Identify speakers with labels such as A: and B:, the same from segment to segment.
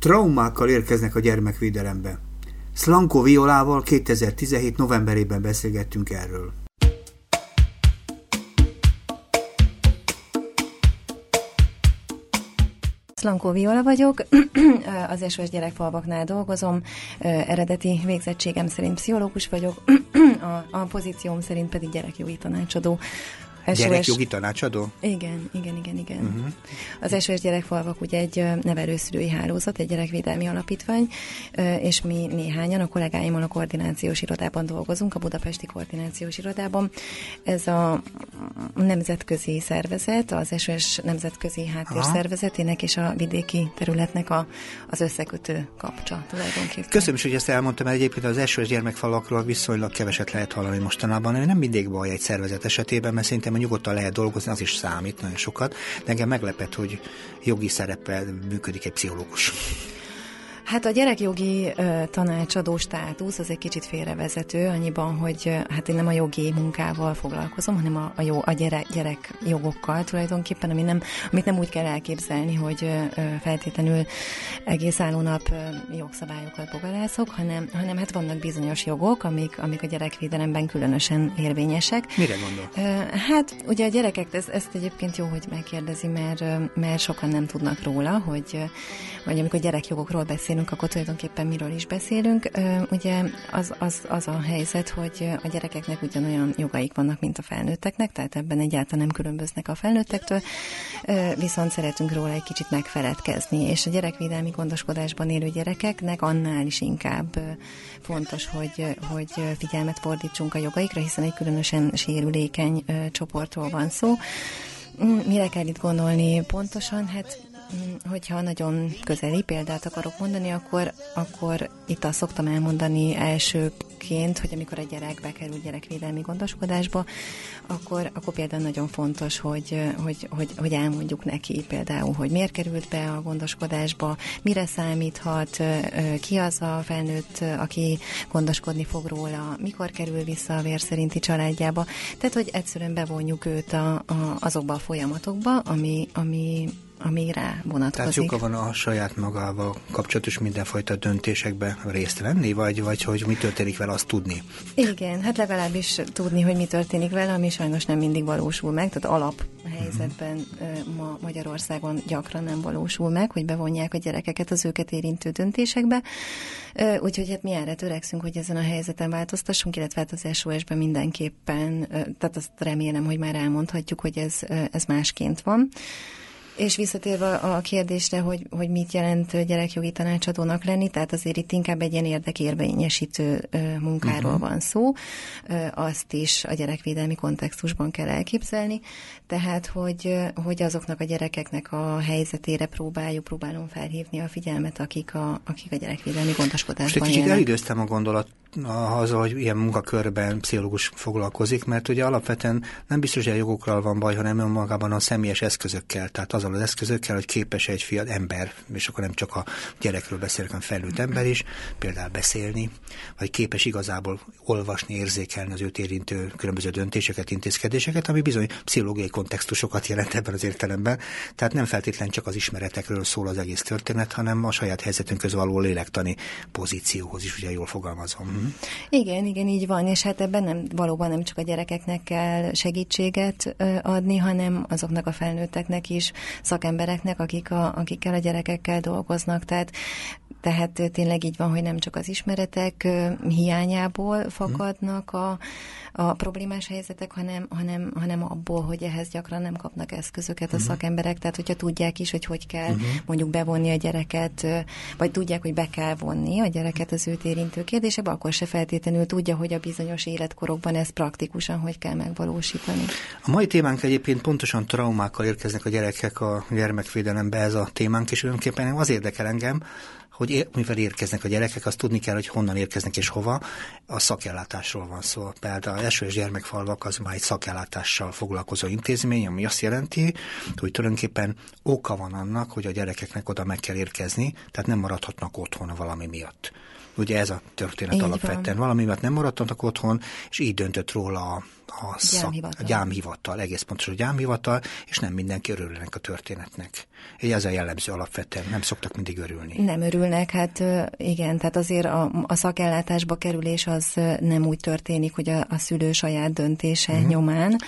A: Traumákkal érkeznek a gyermekvédelembe. Szlankó Violával 2017 novemberében beszélgettünk erről.
B: Szlankó Viola vagyok, az SOS Gyerekfalvaknál dolgozom, eredeti végzettségem szerint pszichológus vagyok, a pozícióm szerint pedig gyerekjogi tanácsadó.
A: Gyerekjogi tanácsadó?
B: Igen. Uh-huh. Az SOS Gyerekfalvak ugye egy nevelőszülői hálózat, egy gyerekvédelmi alapítvány, és mi néhányan a kollégáimmal a koordinációs irodában dolgozunk, a budapesti koordinációs irodában. Ez a nemzetközi szervezet, az SOS nemzetközi háttérszervezetének és a vidéki területnek az összekötő kapcsa tulajdonképpen.
A: Köszönöm is, hogy ezt elmondtam, mert egyébként az SOS Gyermekfalvakról viszonylag keveset lehet hallani mostanában, nem mindig baj egy szervezet esetében, mert szerintem nyugodtan lehet dolgozni, az is számít nagyon sokat, de engem meglepett, hogy jogi szereppel működik egy pszichológus.
B: Hát a gyerekjogi tanácsadó státusz az egy kicsit félrevezető, annyiban, hogy hát én nem a jogi munkával foglalkozom, hanem a gyerek jogokkal tulajdonképpen, amit nem úgy kell elképzelni, hogy feltétlenül egész álló nap jogszabályokat bogarászok, hanem hát vannak bizonyos jogok, amik a gyerekvédelemben különösen érvényesek.
A: Mire gondol?
B: Hát ugye a gyerekek, ezt egyébként jó, hogy megkérdezi, mert sokan nem tudnak róla, hogy amikor gyerekjogokról beszélünk, akkor tulajdonképpen miről is beszélünk. Ugye az a helyzet, hogy a gyerekeknek ugyanolyan jogaik vannak, mint a felnőtteknek, tehát ebben egyáltalán nem különböznek a felnőttektől, viszont szeretünk róla egy kicsit megfeledkezni, és a gyerekvédelmi gondoskodásban élő gyerekeknek annál is inkább fontos, hogy figyelmet fordítsunk a jogaikra, hiszen egy különösen sérülékeny csoportról van szó. Mire kell itt gondolni pontosan? Hát hogyha nagyon közeli példát akarok mondani, akkor itt azt szoktam elmondani elsőként, hogy amikor a gyerek bekerül gyerekvédelmi gondoskodásba, akkor például nagyon fontos, hogy elmondjuk neki például, hogy miért került be a gondoskodásba, mire számíthat, ki az a felnőtt, aki gondoskodni fog róla, mikor kerül vissza a vér szerinti családjába. Tehát, hogy egyszerűen bevonjuk őt azokba a folyamatokba, ami rá vonatkozik.
A: Tehát joga van a saját magával kapcsolatos mindenfajta döntésekben részt venni, vagy hogy mi történik vele, azt tudni?
B: Igen, hát legalábbis tudni, hogy mi történik vele, ami sajnos nem mindig valósul meg, tehát alaphelyzetben ma Magyarországon gyakran nem valósul meg, hogy bevonják a gyerekeket az őket érintő döntésekbe. Úgyhogy hát mi erre törekszünk, hogy ezen a helyzeten változtassunk, illetve hát az SOS-ben mindenképpen, tehát azt remélem, hogy már elmondhatjuk, hogy ez másként van. És visszatérve a kérdésre, hogy mit jelent gyerekjogi tanácsadónak lenni, tehát azért itt inkább egy ilyen érdekérvényesítő munkáról van szó, azt is a gyerekvédelmi kontextusban kell elképzelni, tehát hogy azoknak a gyerekeknek a helyzetére próbálom felhívni a figyelmet, akik a gyerekvédelmi gondoskodásban
A: élnek. Most egy kicsit elidőztem a gondolat azzal, hogy ilyen munkakörben pszichológus foglalkozik, mert ugye alapvetően nem biztos, hogy a jogokról van baj, hanem önmagában a személyes eszközökkel, tehát azzal az eszközökkel, hogy képes egy fiatal ember, és akkor nem csak a gyerekről beszélek, hanem felnőtt ember is, például beszélni, vagy képes igazából olvasni, érzékelni az őt érintő különböző döntéseket, intézkedéseket, ami bizony pszichológiai kontextusokat jelent ebben az értelemben. Tehát nem feltétlenül csak az ismeretekről szól az egész történet, hanem a saját helyzetünkhöz való lélektani pozícióhoz is, ugye jól fogalmazom.
B: Igen, így van, és hát ebben valóban nem csak a gyerekeknek kell segítséget adni, hanem azoknak a felnőtteknek is, szakembereknek, akikkel a gyerekekkel dolgoznak. Tehát tényleg így van, hogy nem csak az ismeretek hiányából fakadnak a problémás helyzetek, hanem abból, hogy ehhez gyakran nem kapnak eszközöket a szakemberek, tehát hogyha tudják is, hogy kell mondjuk bevonni a gyereket, vagy tudják, hogy be kell vonni a gyereket az őt érintő kérdésekbe, akkor se feltétlenül tudja, hogy a bizonyos életkorokban ezt praktikusan hogy kell megvalósítani.
A: A mai témánk egyébként pontosan traumákkal érkeznek a gyerekek a gyermekvédelembe, ez a témánk, és önképpen az érdekel engem, hogy mivel érkeznek a gyerekek, azt tudni kell, hogy honnan érkeznek és hova. A szakellátásról van szó. Például a SOS Gyermekfalvak az már egy szakellátással foglalkozó intézmény, ami azt jelenti, hogy tulajdonképpen oka van annak, hogy a gyerekeknek oda meg kell érkezni, tehát nem maradhatnak otthon valami miatt. Ugye ez a történet alapvetően. Valami miatt nem maradtak otthon, és így döntött róla a gyámhivatal, egész pontosan a gyámhivatal, és nem mindenki örül ennek a történetnek. Ez a jellemző alapvetően, nem szoktak mindig örülni.
B: Nem örülnek, hát igen, tehát azért a szakellátásba kerülés az nem úgy történik, hogy a szülő saját döntése nyomán,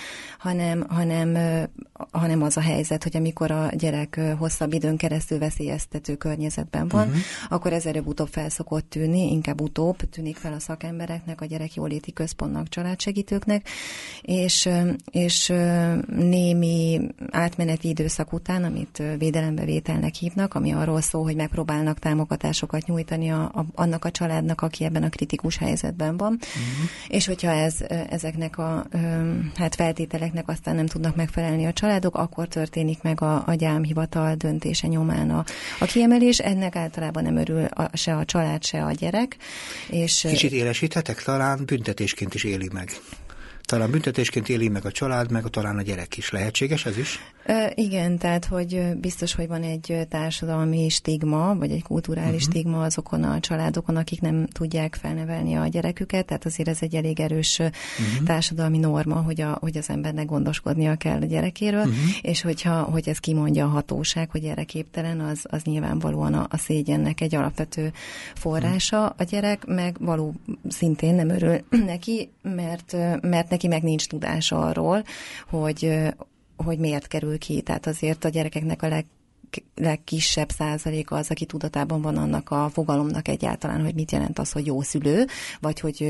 B: hanem az a helyzet, hogy amikor a gyerek hosszabb időn keresztül veszélyeztető környezetben van, akkor ez előbb-utóbb fel szokott tűnni, inkább utóbb tűnik fel a szakembereknek, a gyerekjóléti központnak, családsegítőknek, és némi átmeneti időszak után, amit védelembevételnek hívnak, ami arról szól, hogy megpróbálnak támogatásokat nyújtani annak a családnak, aki ebben a kritikus helyzetben van, és hogyha ezeknek a feltételeknek aztán nem tudnak megfelelni a családok, akkor történik meg a gyámhivatal döntése nyomán a kiemelés. Ennek általában nem örül se a család, se a gyerek. És
A: kicsit élesíthetek, talán büntetésként is éli meg. Talán büntetésként éli meg a család, meg talán a gyerek is. Lehetséges ez is?
B: Igen, tehát hogy biztos, hogy van egy társadalmi stigma, vagy egy kulturális stigma azokon a családokon, akik nem tudják felnevelni a gyereküket, tehát azért ez egy elég erős társadalmi norma, hogy az embernek gondoskodnia kell a gyerekéről, és hogy ez kimondja a hatóság, hogy gyereképtelen, az nyilvánvalóan a szégyennek egy alapvető forrása. A gyerek meg szintén nem örül neki, mert neki meg nincs tudása arról, hogy miért kerül ki. Tehát azért a gyerekeknek a legkisebb százaléka az, aki tudatában van annak a fogalomnak egyáltalán, hogy mit jelent az, hogy jó szülő, vagy hogy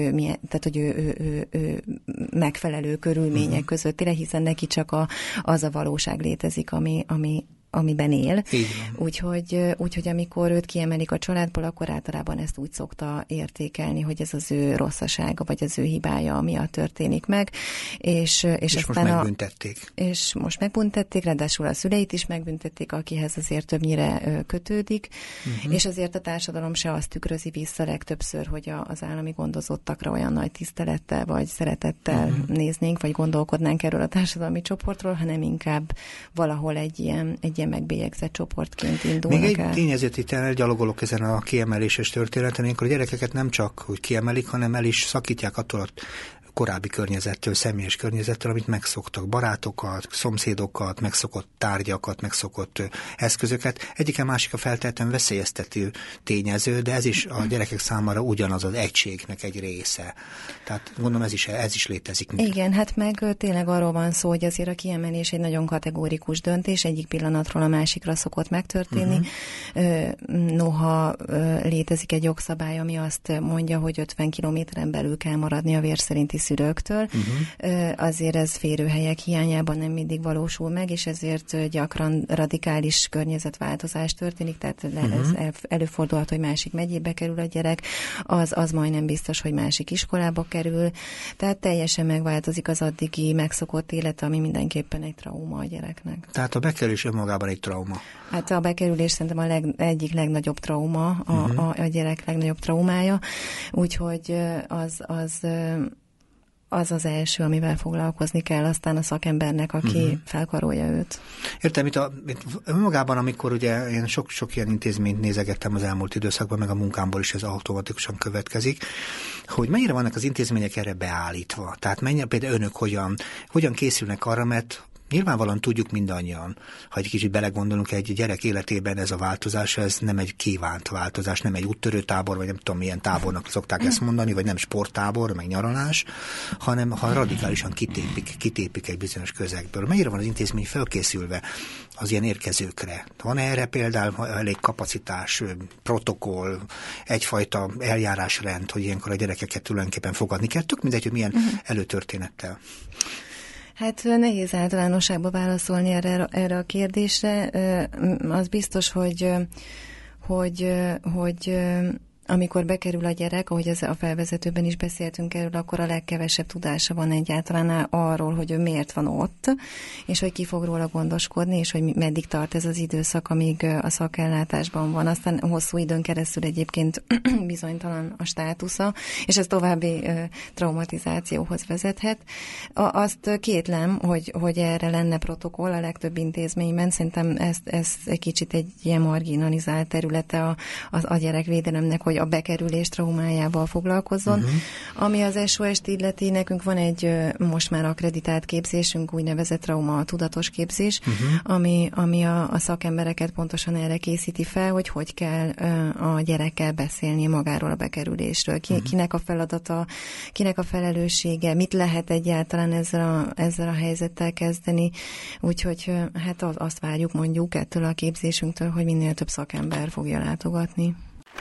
B: ő megfelelő körülmények közöttire, hiszen neki csak az a valóság létezik, amiben él. Úgyhogy amikor őt kiemelik a családból, akkor általában ezt úgy szokta értékelni, hogy ez az ő rosszasága, vagy az ő hibája miatt történik meg. És aztán
A: most megbüntették.
B: És most megbüntették, ráadásul a szüleit is megbüntették, akihez azért többnyire kötődik, és azért a társadalom se azt tükrözi vissza legtöbbször, hogy az állami gondozottakra olyan nagy tisztelettel, vagy szeretettel néznénk, vagy gondolkodnánk erről a társadalmi csoportról, hanem inkább valahol egy ilyen megbélyegzett csoportként indulnak
A: még
B: el.
A: Egy tényezőt itt elgyalogolok ezen a kiemeléses történeten, amikor a gyerekeket nem csak úgy kiemelik, hanem el is szakítják attól a korábbi környezettől, személyes környezettől, amit megszoktak, barátokat, szomszédokat, megszokott tárgyakat, megszokott eszközöket. Egyike másik a feltétlenül veszélyeztető tényező, de ez is a gyerekek számára ugyanaz az egységnek egy része. Tehát gondolom ez is létezik.
B: Igen, hát meg tényleg arról van szó, hogy azért a kiemelés egy nagyon kategórikus döntés, egyik pillanatról a másikra szokott megtörténni. Noha létezik egy jogszabály, ami azt mondja, hogy 50 kilométeren belül kell maradni a vér szerinti szülőktől. Azért ez férőhelyek hiányában nem mindig valósul meg, és ezért gyakran radikális környezetváltozás történik, tehát ez előfordulhat, hogy másik megyébe kerül a gyerek, az majdnem biztos, hogy másik iskolába kerül, tehát teljesen megváltozik az addigi megszokott élet, ami mindenképpen egy trauma a gyereknek.
A: Tehát a bekerülés önmagában egy trauma.
B: Hát a bekerülés szerintem egyik legnagyobb trauma, a gyerek legnagyobb traumája, úgyhogy az első, amivel foglalkozni kell, aztán a szakembernek, aki felkarolja őt.
A: Értem, itt önmagában, amikor ugye én sok ilyen intézményt nézegettem az elmúlt időszakban, meg a munkámból is ez automatikusan következik, hogy mennyire vannak az intézmények erre beállítva. Tehát mennyire például önök hogyan készülnek arra, mert nyilvánvalóan tudjuk mindannyian, ha egy kicsit belegondolunk, egy gyerek életében ez a változás, ez nem egy kívánt változás, nem egy úttörő tábor, vagy nem tudom milyen tábornak szokták ezt mondani, vagy nem sporttábor, meg nyaralás, hanem ha radikálisan kitépik egy bizonyos közegből. Mennyire van az intézmény felkészülve az ilyen érkezőkre? Van erre például elég kapacitás, protokoll, egyfajta eljárásrend, hogy ilyenkor a gyerekeket tulajdonképpen fogadni kell? Tök mindegy, hogy milyen előtörténettel.
B: Hát nehéz általánosságban válaszolni erre a kérdésre. Az biztos, hogy amikor bekerül a gyerek, ahogy a felvezetőben is beszéltünk erről, akkor a legkevesebb tudása van egyáltalán arról, hogy ő miért van ott, és hogy ki fog róla gondoskodni, és hogy meddig tart ez az időszak, amíg a szakellátásban van. Aztán hosszú időn keresztül egyébként bizonytalan a státusza, és ez további traumatizációhoz vezethet. Azt kétlem, hogy erre lenne protokoll a legtöbb intézményben. Szerintem ez egy kicsit egy ilyen marginalizált területe a gyerekvédelemnek, hogy a bekerülés traumájával foglalkozzon. Ami az SOS-t illeti, nekünk van egy most már akkreditált képzésünk, úgynevezett trauma tudatos képzés, ami a szakembereket pontosan erre készíti fel, hogy kell a gyerekkel beszélni magáról a bekerülésről. Kinek a feladata, kinek a felelőssége, mit lehet egyáltalán ezzel a helyzettel kezdeni. Úgyhogy hát azt várjuk mondjuk ettől a képzésünktől, hogy minél több szakember fogja látogatni.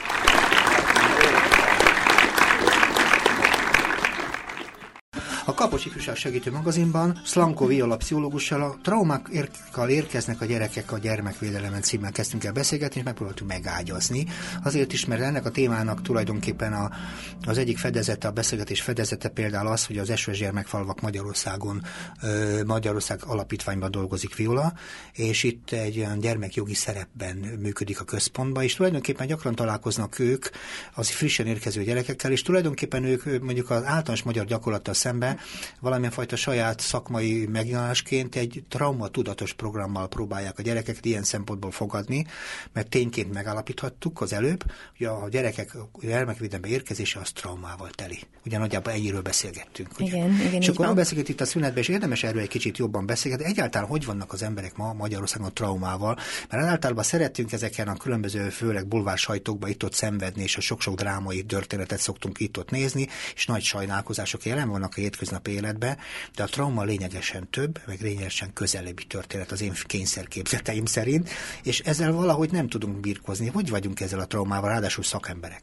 A: A Kapocs Ifjúság Segítő Magazinban Szlanko Viola pszichológussal a traumákkal érkeznek a gyerekek a gyermekvédelemen címmel kezdtünk el beszélgetni, és megpróbáltuk megágyazni. Azért is, mert ennek a témának tulajdonképpen az egyik fedezete, a beszélgetés fedezete például az, hogy az SOS Gyermekfalvak Magyarország alapítványban dolgozik Viola, és itt egy olyan gyermekjogi szerepben működik a központban, és tulajdonképpen gyakran találkoznak ők az frissen érkező gyerekekkel, és tulajdonképpen ők mondjuk az általános magyar gyakorlattal szemben valamilyen fajta saját szakmai megnyilvánulásként egy traumatudatos programmal próbálják a gyerekeket ilyen szempontból fogadni, mert tényként megállapíthattuk az előbb, hogy a gyerekek gyermekvédelembe érkezése az traumával teli. Ugye nagyjából ennyiről beszélgettünk.
B: Igen,
A: és akkor arról beszélgetünk itt a szünetben, és érdemes erről egy kicsit jobban beszélgetni. Egyáltalán hogy vannak az emberek ma Magyarországon traumával? Mert általában szeretünk ezeken a különböző, főleg bulvár sajtókban itt-ott szenvedni, és a sok-sok drámai történetet szoktunk itt-ott nézni, és nagy sajnálkozások jelen vannak a hétköznapi életben, de a trauma lényegesen több, meg lényegesen közelebbi történet az én kényszerképzeteim szerint, és ezzel valahogy nem tudunk birkózni. Hogy vagyunk ezzel a traumával, ráadásul szakemberek?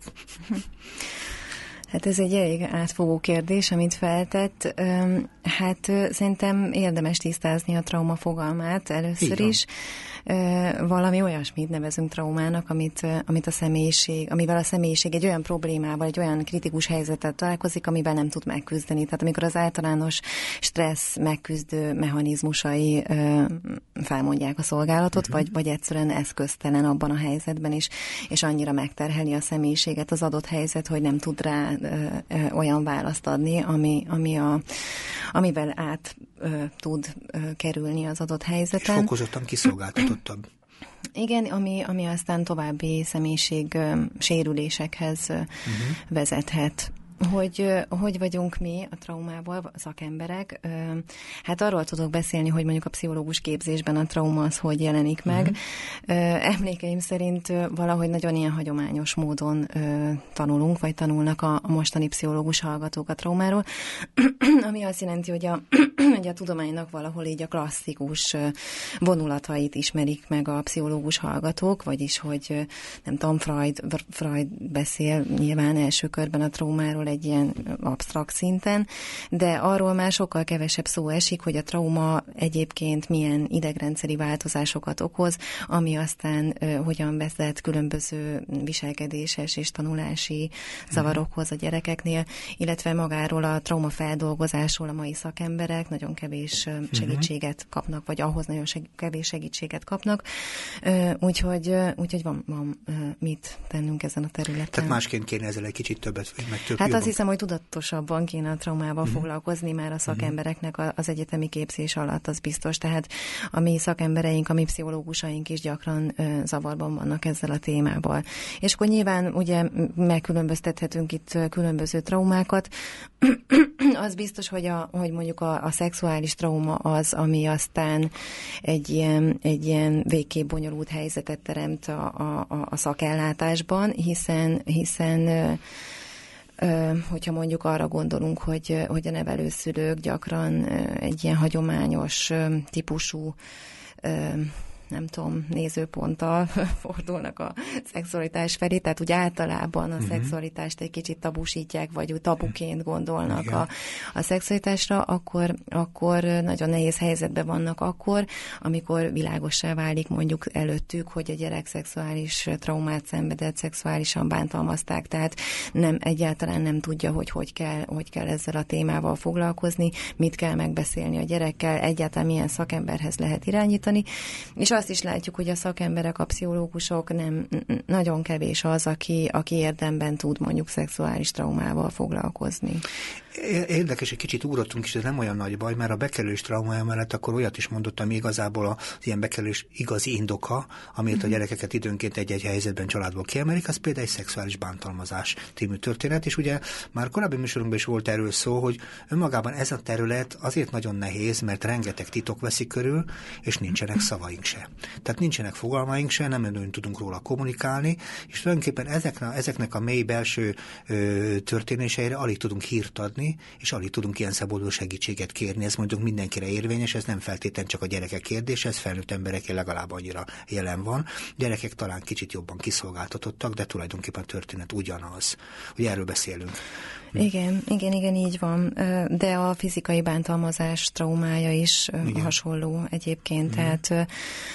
B: Hát ez egy elég átfogó kérdés, amit feltett. Hát szerintem érdemes tisztázni a trauma fogalmát először is. Valami olyasmit nevezünk traumának, amivel a személyiség egy olyan problémával, egy olyan kritikus helyzettel találkozik, amivel nem tud megküzdeni. Tehát amikor az általános stressz megküzdő mechanizmusai felmondják a szolgálatot, vagy egyszerűen eszköztelen abban a helyzetben is, és annyira megterheli a személyiséget az adott helyzet, hogy nem tud rá olyan választ adni, amivel át tud kerülni az adott helyzeten.
A: És fokozottan kiszolgáltatottabb.
B: Igen, ami aztán további személyiség sérülésekhez vezethet. Hogy vagyunk mi a traumával, a szakemberek? Hát arról tudok beszélni, hogy mondjuk a pszichológus képzésben a trauma az hogy jelenik meg. Emlékeim szerint valahogy nagyon ilyen hagyományos módon tanulunk, vagy tanulnak a mostani pszichológus hallgatók a traumáról, ami azt jelenti, hogy a tudománynak valahol így a klasszikus vonulatait ismerik meg a pszichológus hallgatók, vagyis, hogy nem tudom, Freud beszél nyilván első körben a traumáról egy ilyen absztrakt szinten, de arról már sokkal kevesebb szó esik, hogy a trauma egyébként milyen idegrendszeri változásokat okoz, ami aztán hogyan vezet különböző viselkedéses és tanulási zavarokhoz a gyerekeknél, illetve magáról a traumafeldolgozásról a mai szakemberek nagyon kevés segítséget kapnak, vagy ahhoz nagyon kevés segítséget kapnak, úgyhogy van mit tennünk ezen a területen.
A: Tehát másként kéne ezzel egy kicsit többet, meg több
B: Hát azt hiszem, hogy tudatosabban kéne a traumával foglalkozni már a szakembereknek az egyetemi képzés alatt, az biztos. Tehát a mi szakembereink, a mi pszichológusaink is gyakran zavarban vannak ezzel a témával. És akkor nyilván ugye megkülönböztethetünk itt különböző traumákat. Az biztos, hogy mondjuk a szexuális trauma az, ami aztán egy ilyen végképp bonyolult helyzetet teremt a szakellátásban, hiszen hogyha mondjuk arra gondolunk, hogy a nevelőszülők gyakran egy ilyen hagyományos típusú nem tudom, nézőponttal fordulnak a szexualitás felé, tehát úgy általában a szexualitást egy kicsit tabusítják, vagy úgy tabuként gondolnak a szexualitásra, akkor nagyon nehéz helyzetben vannak akkor, amikor világossá válik mondjuk előttük, hogy a gyerek szexuális traumát szenvedett, szexuálisan bántalmazták, tehát egyáltalán nem tudja, hogy kell ezzel a témával foglalkozni, mit kell megbeszélni a gyerekkel, egyáltalán milyen szakemberhez lehet irányítani, és azt is látjuk, hogy a szakemberek, a pszichológusok nem nagyon kevés az, aki érdemben tud mondjuk szexuális traumával foglalkozni.
A: Érdekes, egy kicsit ugrottunk is, ez nem olyan nagy baj, mert a bekerülés traumája mellett akkor olyat is mondott, ami igazából az ilyen bekerülés igazi indoka, amiért a gyerekeket időnként egy-egy helyzetben családból kiemelik, az például egy szexuális bántalmazás című történet, és ugye már korábbi műsorunkban is volt erről szó, hogy önmagában ez a terület azért nagyon nehéz, mert rengeteg titok veszik körül, és nincsenek szavaink se. Tehát nincsenek fogalmaink se, nem nagyon tudunk róla kommunikálni, és tulajdonképpen ezeknek a mély belső történéseire alig tudunk hírt adni, és alig tudunk ilyen szempontból segítséget kérni. Ez mondjuk mindenkire érvényes, ez nem feltétlenül csak a gyerekek kérdése, ez felnőtt embereké legalább annyira jelen van. Gyerekek talán kicsit jobban kiszolgáltatottak, de tulajdonképpen a történet ugyanaz. Ugye erről beszélünk.
B: Igen, így van. De a fizikai bántalmazás traumája is hasonló egyébként. Tehát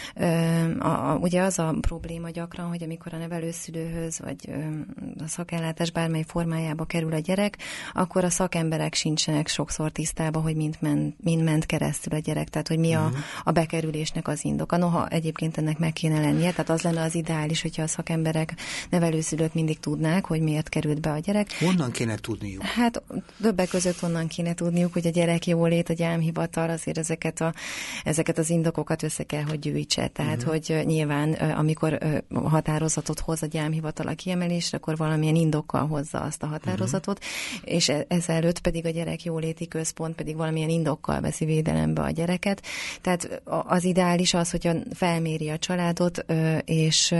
B: ugye az a probléma gyakran, hogy amikor a nevelőszülőhöz vagy a szakellátás bármely formájába kerül a gyerek, akkor a szakemberek sincsenek sokszor tisztában, hogy mind ment keresztül a gyerek, tehát hogy mi a bekerülésnek az indoka. Noha egyébként ennek meg kéne lennie, tehát az lenne az ideális, hogyha a szakemberek, nevelőszülők mindig tudnák, hogy miért került be a gyerek.
A: Honnan kéne tudniuk?
B: Hát többek között onnan kéne tudniuk, hogy a gyerek jólét, a gyámhivatal azért ezeket az indokokat össze kell, hogy gyűjtse. Tehát, hogy nyilván amikor határozatot hoz a gyámhivatal a kiemelésre, akkor valamilyen indokkal hozza azt a határozatot, és ezelőtt pedig a gyerek jóléti központ pedig valamilyen indokkal veszi védelembe a gyereket. Tehát az ideális az, hogy felméri a családot, és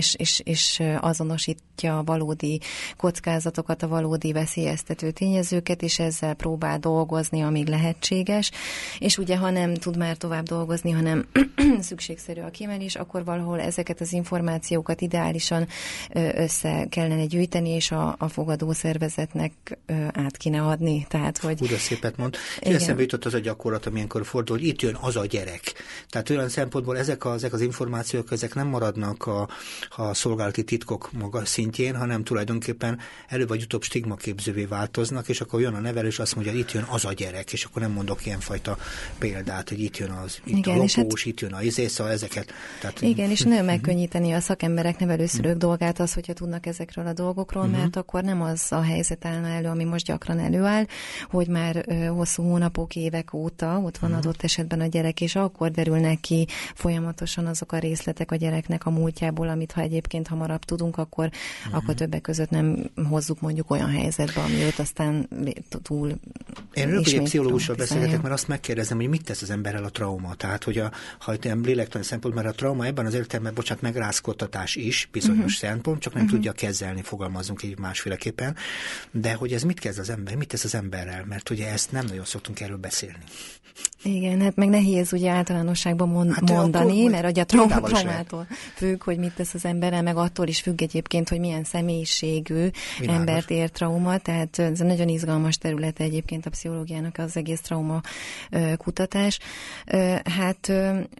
B: azonosítja a valódi kockázatokat, a valódi veszélyeztető tényezőket, és ezzel próbál dolgozni, amíg lehetséges. És ugye, ha nem tud már tovább dolgozni, hanem szükségszerű a kiemelés, akkor valahol ezeket az információkat ideálisan össze kellene gyűjteni, és a fogadó szervezetnek át kéne adni. Tehát, hogy...
A: Úgy szépet mond. Eszembe jutott az a gyakorlat, amilyenkor fordul, hogy itt jön az a gyerek. Tehát olyan szempontból ezek az információk, ezek nem maradnak a szolgálati titkok maga szintjén, hanem tulajdonképpen előbb vagy utóbb stigmaképzővé változnak, és akkor jön a nevelés, azt mondja, hogy itt jön az a gyerek, és akkor nem mondok ilyenfajta példát, hogy itt jön a lopós, itt jön szóval ezeket. Tehát,
B: igen, és nagyon megkönnyíteni a szakemberek, nevelőszülők dolgát az, hogyha tudnak ezekről a dolgokról, mert akkor nem az a helyzet állna elő, ami most gyakran előáll, hogy már hosszú hónapok, évek óta ott van adott esetben a gyerek, és akkor derülnek ki folyamatosan azok a részletek a gyereknek a múltjából, amit ha egyébként hamarabb tudunk, akkor többek között nem hozzuk mondjuk olyan helyzetbe, ami őt aztán túl.
A: Én rögtön pszichológussal beszélgetek, mert azt megkérdezem, hogy mit tesz az emberrel a trauma. Tehát, hogy ha lélektani szempont, mert a trauma ebben az értelemben, megrázkódtatás is bizonyos szempont, csak nem tudja kezelni, fogalmazunk így másféleképpen. De hogy ez mit kezd az ember, mit tesz az emberrel? Mert ugye ezt nem nagyon szoktunk erről beszélni.
B: Igen, hát meg nehéz ugye általánosságban mondani, mert ugye a traumától függ, hogy mit tesz az emberrel, meg attól is függ egyébként, hogy milyen személyiségű embert ér trauma, tehát ez nagyon izgalmas terület egyébként a pszichológiának az egész trauma kutatás. Hát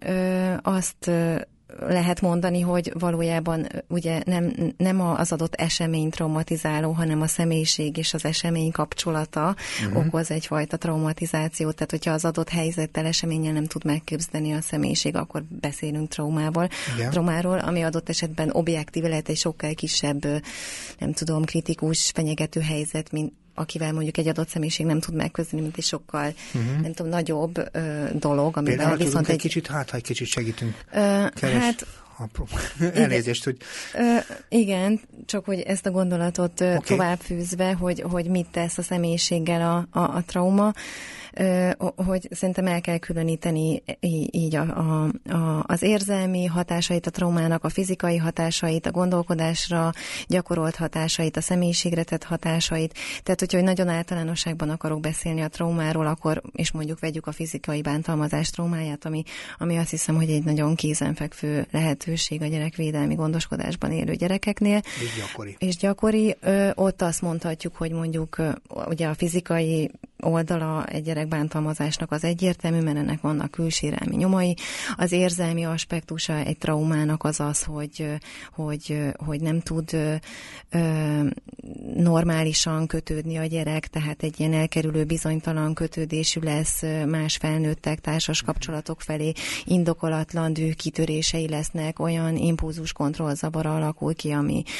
B: azt lehet mondani, hogy valójában ugye nem az adott esemény traumatizáló, hanem a személyiség és az esemény kapcsolata okoz egyfajta traumatizációt. Tehát, hogyha az adott helyzettel, eseménnyel nem tud megküzdeni a személyiség, akkor beszélünk traumáról, ami adott esetben objektív lehet egy sokkal kisebb, nem tudom, kritikus, fenyegető helyzet, mint akivel mondjuk egy adott személyiség nem tud megküzdeni, mint egy sokkal, nem tudom, nagyobb dolog, amivel viszont
A: egy kicsit, ha egy kicsit segítünk.
B: Hát
A: elnézést, hogy...
B: Igen, csak hogy ezt a gondolatot továbbfűzve, hogy mit tesz a személyiséggel a trauma, hogy szerintem el kell különíteni így az érzelmi hatásait a traumának, a fizikai hatásait, a gondolkodásra gyakorolt hatásait, a személyiségre tett hatásait. Tehát, hogyha nagyon általánosságban akarok beszélni a traumáról, akkor, és mondjuk vegyük a fizikai bántalmazás traumáját, ami azt hiszem, hogy egy nagyon kézenfekvő lehetőség a gyerekvédelmi gondoskodásban élő oldala egy gyerekbántalmazásnak az egyértelmű, mert ennek vannak külsérelmi nyomai. Az érzelmi aspektusa egy traumának az, hogy nem tud normálisan kötődni a gyerek, tehát egy ilyen elkerülő bizonytalan kötődésű lesz más felnőttek, társas kapcsolatok felé, indokolatlan kitörései lesznek, olyan impulzus kontrollzavara alakul ki,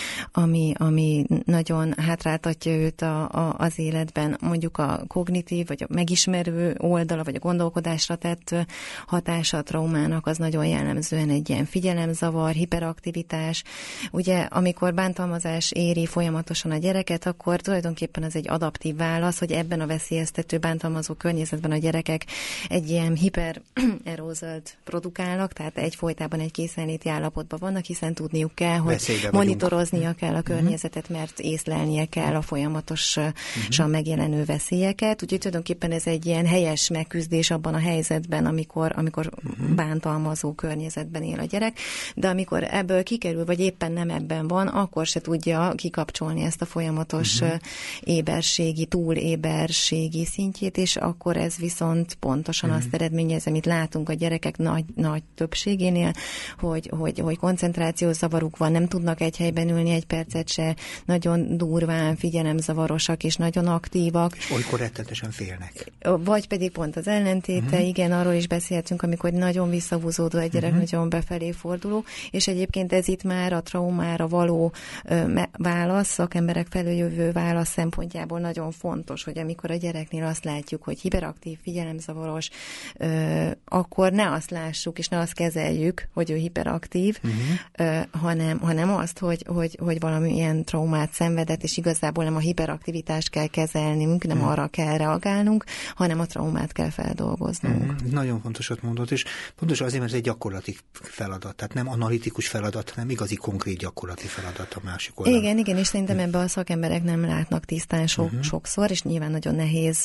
B: ami nagyon hátráltatja őt az életben. Mondjuk a kognitív, vagy a megismerő oldala, vagy a gondolkodásra tett hatása a traumának az nagyon jellemzően egy ilyen figyelemzavar, hiperaktivitás. Ugye, amikor bántalmazás éri folyamatosan a gyereket, akkor tulajdonképpen az egy adaptív válasz, hogy ebben a veszélyeztető bántalmazó környezetben a gyerekek egy ilyen hipererózalt produkálnak, tehát egyfolytában egy készenléti állapotban vannak, hiszen tudniuk kell, hogy monitoroznia kell a környezetet, mert észlelnie kell a folyamatosan megjelenő veszélyeket. Úgyhogy tulajdonképpen ez egy ilyen helyes megküzdés abban a helyzetben, amikor bántalmazó környezetben él a gyerek, de amikor ebből kikerül, vagy éppen nem ebben van, akkor se tudja kikapcsolni ezt a folyamatos éberségi, túléberségi szintjét, és akkor ez viszont pontosan azt eredményez, amit látunk a gyerekek nagy többségénél, hogy koncentrációs zavaruk van, nem tudnak egy helyben ülni egy percet se, nagyon durván figyelemzavarosak és nagyon aktívak.
A: Olykor rettenetesen félnek.
B: Vagy pedig pont az ellentéte, igen, arról is beszéltünk, amikor nagyon visszahúzódó egy gyerek, nagyon befelé forduló, és egyébként ez itt már a traumára való válasz, szakemberek felől jövő válasz szempontjából nagyon fontos, hogy amikor a gyereknél azt látjuk, hogy hiperaktív, figyelemzavaros, akkor ne azt lássuk, és ne azt kezeljük, hogy ő hiperaktív, hanem azt, hogy valamilyen traumát szenvedett, és igazából nem a hiperaktivitást kell kezelnünk, nem arra kell reagálnunk, hanem a traumát kell feldolgoznunk.
A: Nagyon fontosat mondott, és pontosan azért, mert ez egy gyakorlati feladat, tehát nem analitikus feladat, hanem igazi konkrét gyakorlati feladat a másik oldalon.
B: Igen, és szerintem ebben a szakemberek nem látnak tisztán sokszor, és nyilván nagyon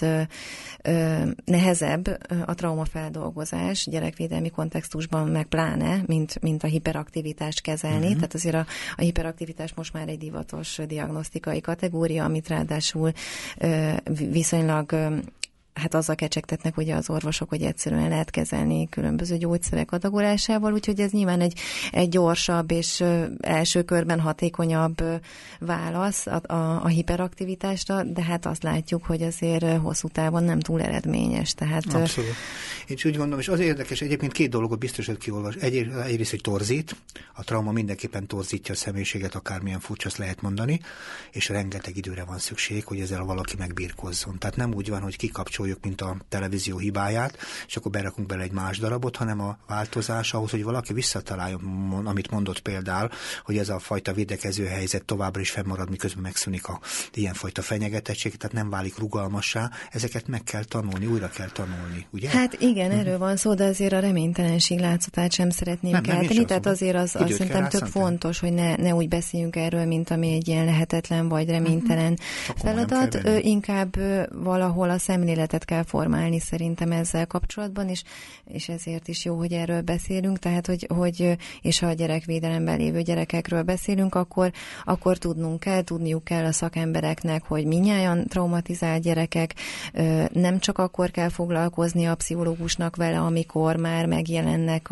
B: nehezebb a traumafeldolgozás gyerekvédelmi kontextusban, meg pláne, mint a hiperaktivitást kezelni. Tehát azért a hiperaktivitás most már egy divatos diagnosztikai kategória, amit ráadásul viszonylag hát azzal kecsegtetnek ugye az orvosok, hogy egyszerűen lehet kezelni különböző gyógyszerek adagolásával, úgyhogy ez nyilván egy gyorsabb és első körben hatékonyabb válasz a hiperaktivitásra, de hát azt látjuk, hogy azért hosszú távon nem túl eredményes. Tehát,
A: abszolút. Én úgy gondolom, és az érdekes, egyébként két dolgot biztos, hogy kiolvas. Egyrészt, hogy torzít, a trauma mindenképpen torzítja a személyiséget, akármilyen furcsa azt lehet mondani, és rengeteg időre van szükség, hogy ezzel valaki megbirkózzon. Tehát nem úgy van, hogy kikapcsoljuk, mint a televízió hibáját, és akkor berakunk bele egy más darabot, hanem a változás ahhoz, hogy valaki visszataláljon, amit mondott például, hogy ez a fajta védekező helyzet továbbra is fennmarad, miközben megszűnik a ilyenfajta fenyegetettség, tehát nem válik rugalmassá, ezeket meg kell tanulni, újra kell tanulni, ugye?
B: Hát igen, erről van szó, de azért a reménytelenség látszatát sem szeretném kelteni, tehát azért az szerintem tök fontos, hogy ne úgy beszéljünk erről, mint ami egy ilyen lehetetlen vagy reménytelen feladat, inkább valahol a szemléletet kell formálni szerintem ezzel kapcsolatban, és ezért is jó, hogy erről beszélünk, tehát hogy és ha a gyerekvédelemben lévő gyerekekről beszélünk, akkor tudniuk kell a szakembereknek, hogy mindnyájan traumatizált gyerekek, nem csak akkor kell foglalkozni a pszichológusnak vele, amikor már megjelennek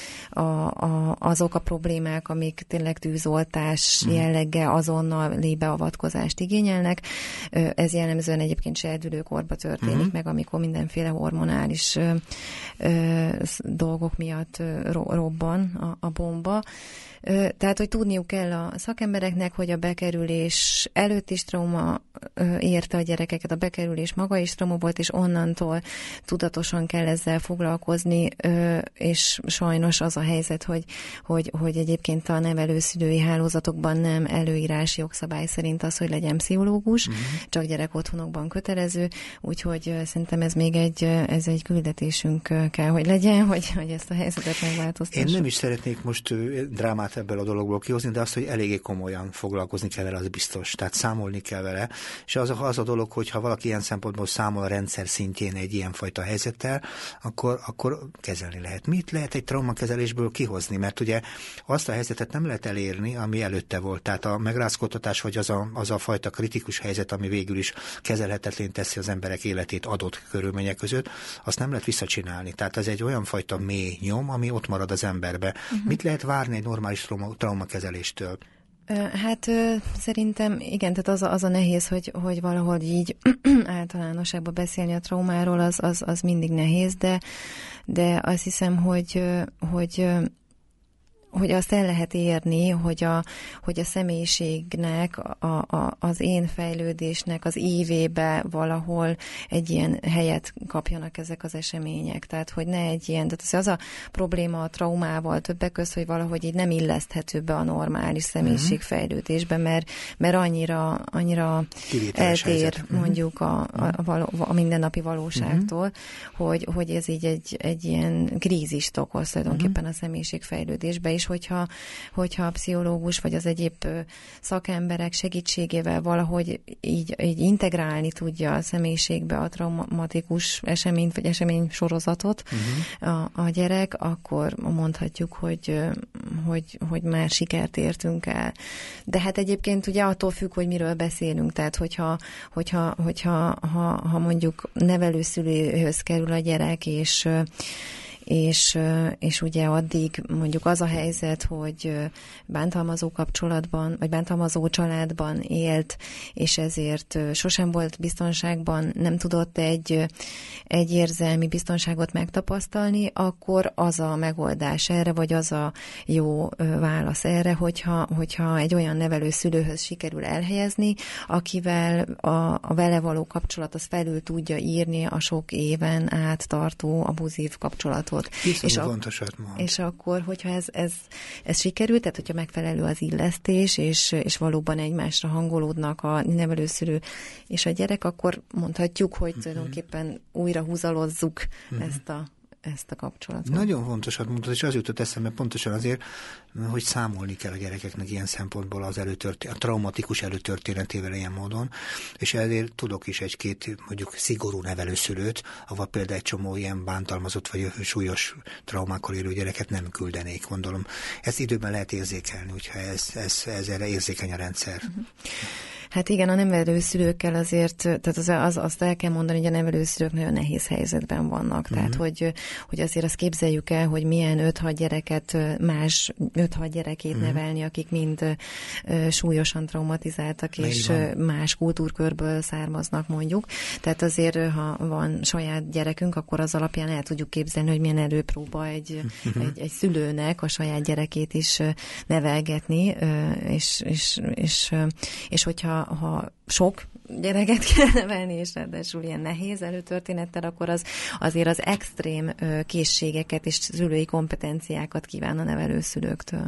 B: azok a problémák, amik tényleg tűzoltás jelleggel azonnali beavatkozást igényelnek. Ez jellemzően egyébként serdülőkorban történik meg, amikor mindenféle hormonális dolgok miatt robban a bomba. Tehát, hogy tudniuk kell a szakembereknek, hogy a bekerülés előtt is trauma érte a gyerekeket, a bekerülés maga is trauma volt, és onnantól tudatosan kell ezzel foglalkozni, és sajnos az a helyzet, hogy egyébként a nevelőszülői hálózatokban nem előírási jogszabály szerint az, hogy legyen pszichológus, csak gyerekotthonokban kötelező, úgyhogy szerintem ez még egy küldetésünk kell, hogy legyen, hogy ezt a helyzetet megváltoztassuk.
A: Én nem is szeretnék most drámát traumát ebből a dologból kihozni, de azt, hogy eléggé komolyan foglalkozni kell vele, az biztos. Tehát számolni kell vele. És az a dolog, hogy ha valaki ilyen szempontból számol a rendszer szintjén egy ilyenfajta helyzettel, akkor kezelni lehet. Mit lehet egy traumakezelésből kihozni? Mert ugye azt a helyzetet nem lehet elérni, ami előtte volt. Tehát a megrázkódtatás, vagy az a fajta kritikus helyzet, ami végül is kezelhetetlen teszi az emberek életét adott körülmények között, azt nem lehet visszacsinálni. Tehát ez egy olyan fajta mély nyom, ami ott marad az emberbe. Mit lehet várni egy normális traumakezeléstől?
B: Hát szerintem igen, tehát az a nehéz, hogy valahogy így általánosságban beszélni a traumáról, az mindig nehéz, de azt hiszem, hogy azt el lehet érni, hogy a személyiségnek, az én fejlődésnek az ívébe valahol egy ilyen helyet kapjanak ezek az események. Tehát, hogy ne egy ilyen, tehát az a probléma a traumával többek között, hogy valahogy így nem illeszthető be a normális személyiségfejlődésbe, mert annyira eltér mondjuk a mindennapi valóságtól, hogy ez így egy ilyen krízist okoz tulajdonképpen a személyiségfejlődésbe, és hogyha a pszichológus vagy az egyéb szakemberek segítségével valahogy így integrálni tudja a személyiségbe a traumatikus eseményt vagy esemény sorozatot a gyerek, akkor mondhatjuk, hogy már sikert értünk el. De hát egyébként ugye attól függ, hogy miről beszélünk, tehát hogyha mondjuk nevelőszülőhöz kerül a gyerek, és ugye addig mondjuk az a helyzet, hogy bántalmazó kapcsolatban, vagy bántalmazó családban élt, és ezért sosem volt biztonságban, nem tudott egy érzelmi biztonságot megtapasztalni, akkor az a megoldás erre, vagy az a jó válasz erre, hogyha egy olyan nevelő szülőhöz sikerül elhelyezni, akivel a vele való kapcsolat az felül tudja írni a sok éven át tartó abuzív kapcsolatot. És akkor, hogyha ez sikerült, tehát hogyha megfelelő az illesztés, és valóban egymásra hangolódnak a nevelőszülő és a gyerek, akkor mondhatjuk, hogy tulajdonképpen újra húzalozzuk ezt a kapcsolatot.
A: Nagyon fontosat mondtad, és az jutott eszembe pontosan azért, hogy számolni kell a gyerekeknek ilyen szempontból a traumatikus előtörténetével ilyen módon, és ezért tudok is egy-két mondjuk szigorú nevelőszülőt, ahol például egy csomó ilyen bántalmazott vagy súlyos traumákkal élő gyereket nem küldenék, gondolom. Ezt időben lehet érzékelni, úgyha ez erre érzékeny a rendszer.
B: Hát igen, a nevelőszülőkkel azért, tehát azt el kell mondani, hogy a nevelőszülők nagyon nehéz helyzetben vannak. Tehát, hogy azért azt képzeljük el, hogy milyen 5-6 gyereket, más 5-6 gyerekét nevelni, akik mind súlyosan traumatizáltak, és más kultúrkörből származnak mondjuk. Tehát azért, ha van saját gyerekünk, akkor az alapján el tudjuk képzelni, hogy milyen erőpróba egy szülőnek a saját gyerekét is nevelgetni, és hogyha sok gyereket kell nevelni, és ráadásul ilyen nehéz előtörténettel, akkor azért az extrém készségeket és szülői kompetenciákat kíván a nevelőszülőktől.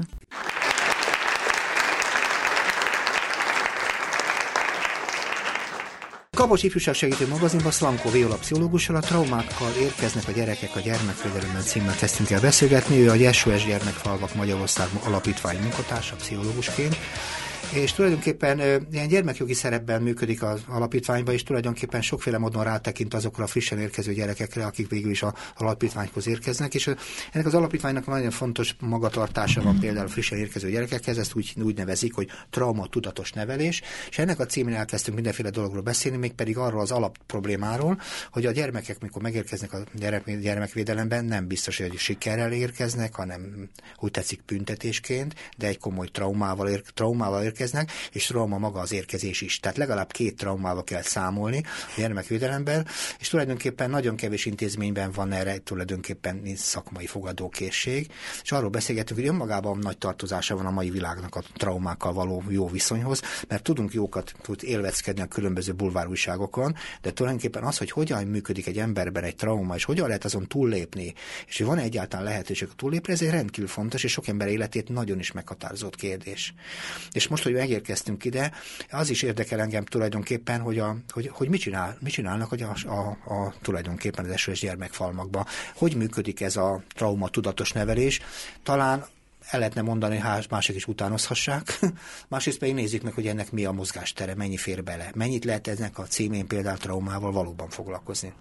A: Kapos Ifjúság Segítő Magazinban Szlankó Viola pszichológussal a traumákkal érkeznek a gyerekek a gyermekvédelemben címmel kezdtünk el beszélgetni. Ő a SOS Gyermekfalvak Magyarország Alapítvány munkatársa pszichológusként, és tulajdonképpen ilyen gyermekjogi szerepben működik az alapítványban, és tulajdonképpen sokféle módon rátekint azokra a frissen érkező gyerekekre, akik végül is az alapítványhoz érkeznek, és ennek az alapítványnak nagyon fontos magatartása van például a frissen érkező gyerekekhez, ezt úgy nevezik, hogy traumatudatos nevelés, és ennek a címén elkezdtünk mindenféle dologról beszélni, mégpedig arról az alapproblémáról, hogy a gyermekek, mikor megérkeznek a gyermekvédelemben, nem biztos, hogy sikerrel érkeznek, hanem úgy tetszik büntetésként, de egy komoly traumával érkeznek, és trauma maga az érkezés is. Tehát legalább 2 traumával kell számolni a gyermekvédelemben, és tulajdonképpen nagyon kevés intézményben van erre tulajdonképpen szakmai fogadókészség, és arról beszélgetünk, hogy önmagában nagy tartozása van a mai világnak a traumákkal való jó viszonyhoz, mert tudunk jókat élvezkedni a különböző bulvárújságokon, de tulajdonképpen az, hogy hogyan működik egy emberben egy trauma, és hogyan lehet azon túllépni, és hogy van egyáltalán lehetőség túllépni, ez egy rendkívül fontos, és sok ember életét nagyon is meghatározott kérdés. És most, hogy megérkeztünk ide, az is érdekel engem tulajdonképpen, hogy mit csinálnak tulajdonképpen az SOS Gyermekfalvakban. Hogy működik ez a trauma tudatos nevelés? Talán el lehetne mondani, hogy mások is utánozhassák, másrészt pedig nézzük meg, hogy ennek mi a mozgástere, mennyi fér bele, mennyit lehet ennek a címén például traumával valóban foglalkozni.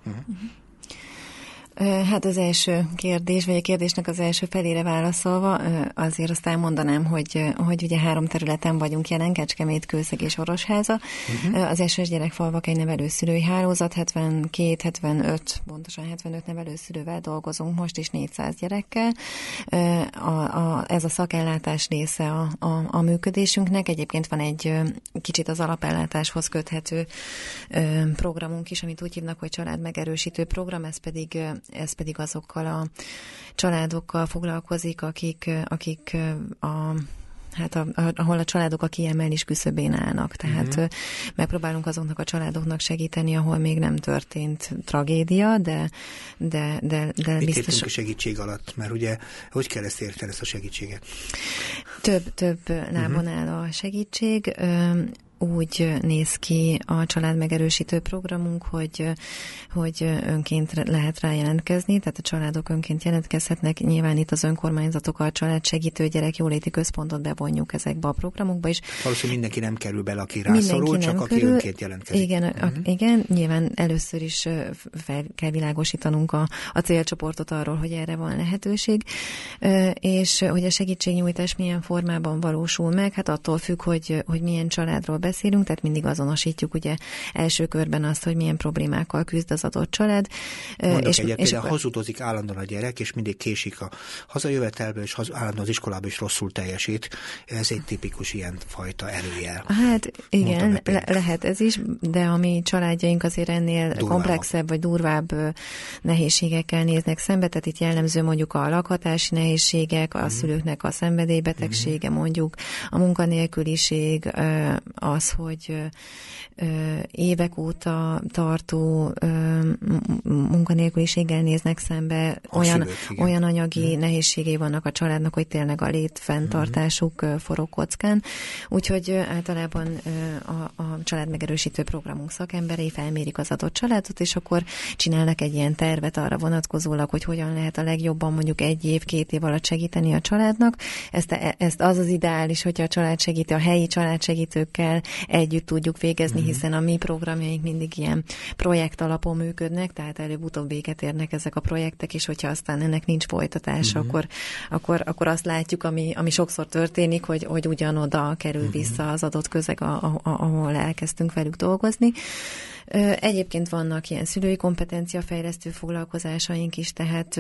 B: Hát az első kérdés, vagy a kérdésnek az első felére válaszolva, azért azt elmondanám, hogy ugye 3 területen vagyunk jelen, Kecskemét, Kőszeg és Orosháza. Az SOS Gyerekfalvak egy nevelőszülői hálózat, pontosan 75 nevelőszülővel dolgozunk, most is 400 gyerekkel. Ez a szakellátás része a működésünknek. Egyébként van egy kicsit az alapellátáshoz köthető programunk is, amit úgy hívnak, hogy családmegerősítő program, ez pedig azokkal a családokkal foglalkozik, akik ahol a családok a kiemelés küszöbén állnak. Tehát megpróbálunk azoknak a családoknak segíteni, ahol még nem történt tragédia, de
A: Mit
B: biztos...
A: értünk a segítség alatt? Mert ugye, hogy kell ezt érteni, ezt a segítséget?
B: Több lábon áll a segítség. Úgy néz ki a családmegerősítő programunk, hogy önként lehet rá jelentkezni, tehát a családok önként jelentkezhetnek. Nyilván itt az önkormányzatok, a családsegítő gyerekjóléti központot bevonjuk ezekbe a programokba is.
A: Valószínűleg mindenki nem kerül bele, aki rászorul, csak aki önként jelentkezik.
B: Igen, nyilván először is fel kell világosítanunk a célcsoportot arról, hogy erre van lehetőség, és hogy a segítségnyújtás milyen formában valósul meg, hát attól függ, hogy milyen családról beszélünk, tehát mindig azonosítjuk ugye első körben azt, hogy milyen problémákkal küzd az adott család.
A: Mondok egyet, például hazudozzik állandóan a gyerek, és mindig késik a hazajövetelből, és állandóan az iskolában is rosszul teljesít. Ez egy tipikus ilyen fajta előjel.
B: Hát igen, lehet ez is, de a mi családjaink azért ennél komplexebb vagy durvább nehézségekkel néznek szembe, tehát itt jellemző mondjuk a lakhatási nehézségek, a szülőknek a szenvedélybetegsége, mondjuk a munkanélküliség, az, hogy évek óta tartó munkanélküliséggel néznek szembe, olyan anyagi nehézségei vannak a családnak, hogy tényleg a létfenntartásuk forog kockán. Úgyhogy általában a családmegerősítő programunk szakemberei felmérik az adott családot, és akkor csinálnak egy ilyen tervet arra vonatkozólag, hogy hogyan lehet a legjobban mondjuk 1 év, 2 év alatt segíteni a családnak. Ezt az ideális, hogyha a családsegítő, a helyi családsegítőkkel együtt tudjuk végezni, hiszen a mi programjaink mindig ilyen projekt alapon működnek, tehát előbb-utóbb véget érnek ezek a projektek, és hogyha aztán ennek nincs folytatása, akkor azt látjuk, ami sokszor történik, hogy ugyanoda kerül vissza az adott közeg, ahol elkezdtünk velük dolgozni. Egyébként vannak ilyen szülői kompetenciafejlesztő foglalkozásaink is, tehát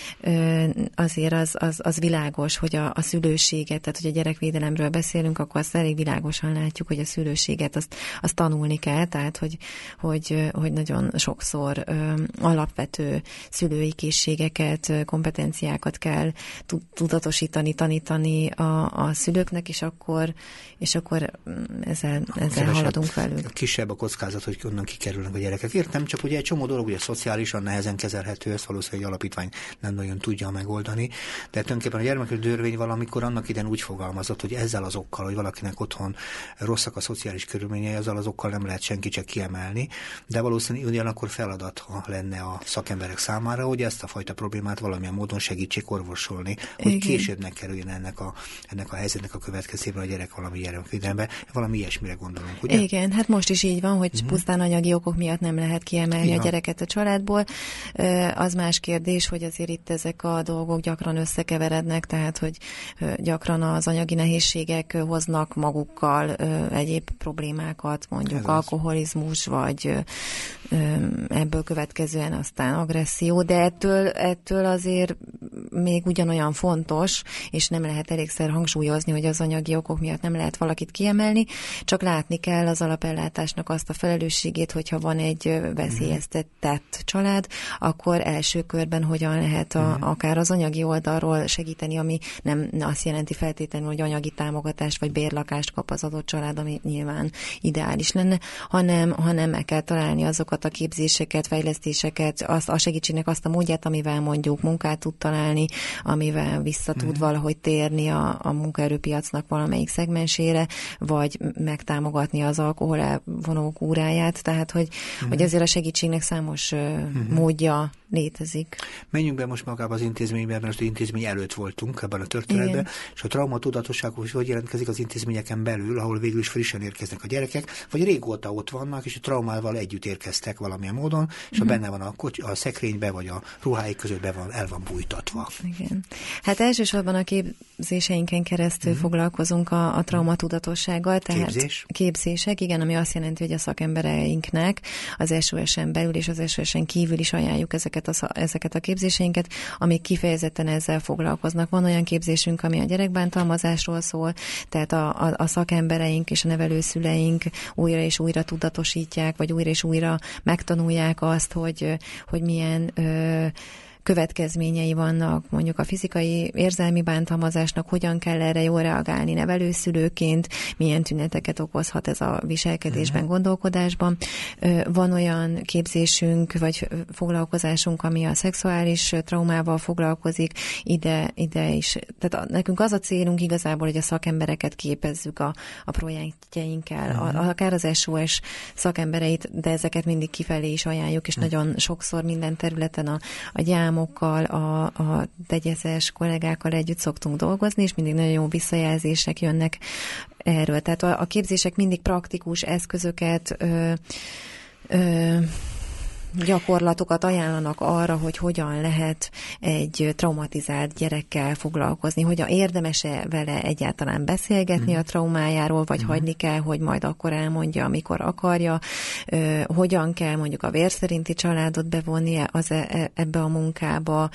B: azért az világos, hogy a szülőséget, tehát hogy a gyerekvédelemről beszélünk, akkor azt elég világosan látjuk, hogy a szülőséget azt tanulni kell, tehát hogy nagyon sokszor alapvető szülői készségeket, kompetenciákat kell tudatosítani, tanítani a szülőknek, és akkor ezzel haladunk velük.
A: Kisebb a kockázat, hogy onnan kikerülnek a gyerekek. Értem, csak ugye egy csomó dolog ugye szociálisan nehezen kezelhető, ezt valószínűleg egy alapítvány nem nagyon tudja megoldani, de tulajdonképpen a gyermekvédelmi törvény valamikor annak idején úgy fogalmazott, hogy ezzel az okkal, hogy valakinek otthon rosszak a szociális körülményei, azzal az okkal nem lehet senki csak kiemelni, de valószínűleg ugyanakkor feladat lenne a szakemberek számára, hogy ezt a fajta problémát valamilyen módon segítsék orvosolni, hogy később ne kerüljön ennek a helyzetnek a következtében a gyerek valami gyermekvédelembe, valami ilyesmire gondolunk, ugye?
B: Igen, hát most is így van, hogy pusztán anyagi okok miatt nem lehet kiemelni a gyereket a családból. Az más kérdés, hogy azért itt ezek a dolgok gyakran összekeverednek, tehát hogy gyakran az anyagi nehézségek hoznak magukkal egyéb problémákat, mondjuk alkoholizmus, vagy ebből következően aztán agresszió, de ettől azért még ugyanolyan fontos, és nem lehet elégszer hangsúlyozni, hogy az anyagi okok miatt nem lehet valakit kiemelni, csak látni kell az alapellátásnak azt a felelősségét, hogyha van egy veszélyeztetett család, akkor első körben hogyan lehet akár az anyagi oldalról segíteni, ami nem azt jelenti feltétlenül, hogy anyagi támogatást vagy bérlakást kap az adott család, ami nyilván ideális lenne, hanem meg kell találni azokat a képzéseket, fejlesztéseket, a segítségnek azt a módját, amivel mondjuk munkát tud találni, amivel vissza tud valahogy térni a munkaerőpiacnak valamelyik szegmensére, vagy megtámogatni az alkohol elvonó kúráját, tehát hogy azért a segítségnek számos módja létezik.
A: Menjünk be most magába az intézménybe, mert az intézmény előtt voltunk ebben a történetben, és a traumatudatosság hogy jelentkezik az intézményeken belül, ahol végül is frissen érkeznek a gyerekek, vagy régóta ott vannak, és a traumával együtt érkeztek valamilyen módon, és ha benne van a szekrénybe, vagy a ruháik között el van bújtatva.
B: Igen. Hát elsősorban a képzéseinken keresztül foglalkozunk a traumatudatossággal. Tehát képzések, igen, ami azt jelenti, hogy a szakembereinknek az SOS-en belül és az SOS-en kívül is ajánljuk ezeket a képzéseinket, amik kifejezetten ezzel foglalkoznak. Van olyan képzésünk, ami a gyerekbántalmazásról szól, tehát a szakembereink és a nevelőszüleink újra és újra tudatosítják, vagy újra és újra megtanulják azt, hogy milyen következményei vannak mondjuk a fizikai érzelmi bántalmazásnak, hogyan kell erre jól reagálni nevelőszülőként, milyen tüneteket okozhat ez a viselkedésben, gondolkodásban. Van olyan képzésünk, vagy foglalkozásunk, ami a szexuális traumával foglalkozik, ide is. Tehát nekünk az a célunk igazából, hogy a szakembereket képezzük a projektjeinkkel, akár az SOS szakembereit, de ezeket mindig kifelé is ajánljuk, és nagyon sokszor minden területen a gyámokkal, a tegyezes kollégákkal együtt szoktunk dolgozni, és mindig nagyon jó visszajelzések jönnek erről. Tehát a képzések mindig praktikus eszközöket, gyakorlatokat ajánlanak arra, hogy hogyan lehet egy traumatizált gyerekkel foglalkozni, hogy érdemes-e vele egyáltalán beszélgetni a traumájáról, vagy hagyni kell, hogy majd akkor elmondja, amikor akarja, hogyan kell mondjuk a vérszerinti családot bevonni ebbe a munkába.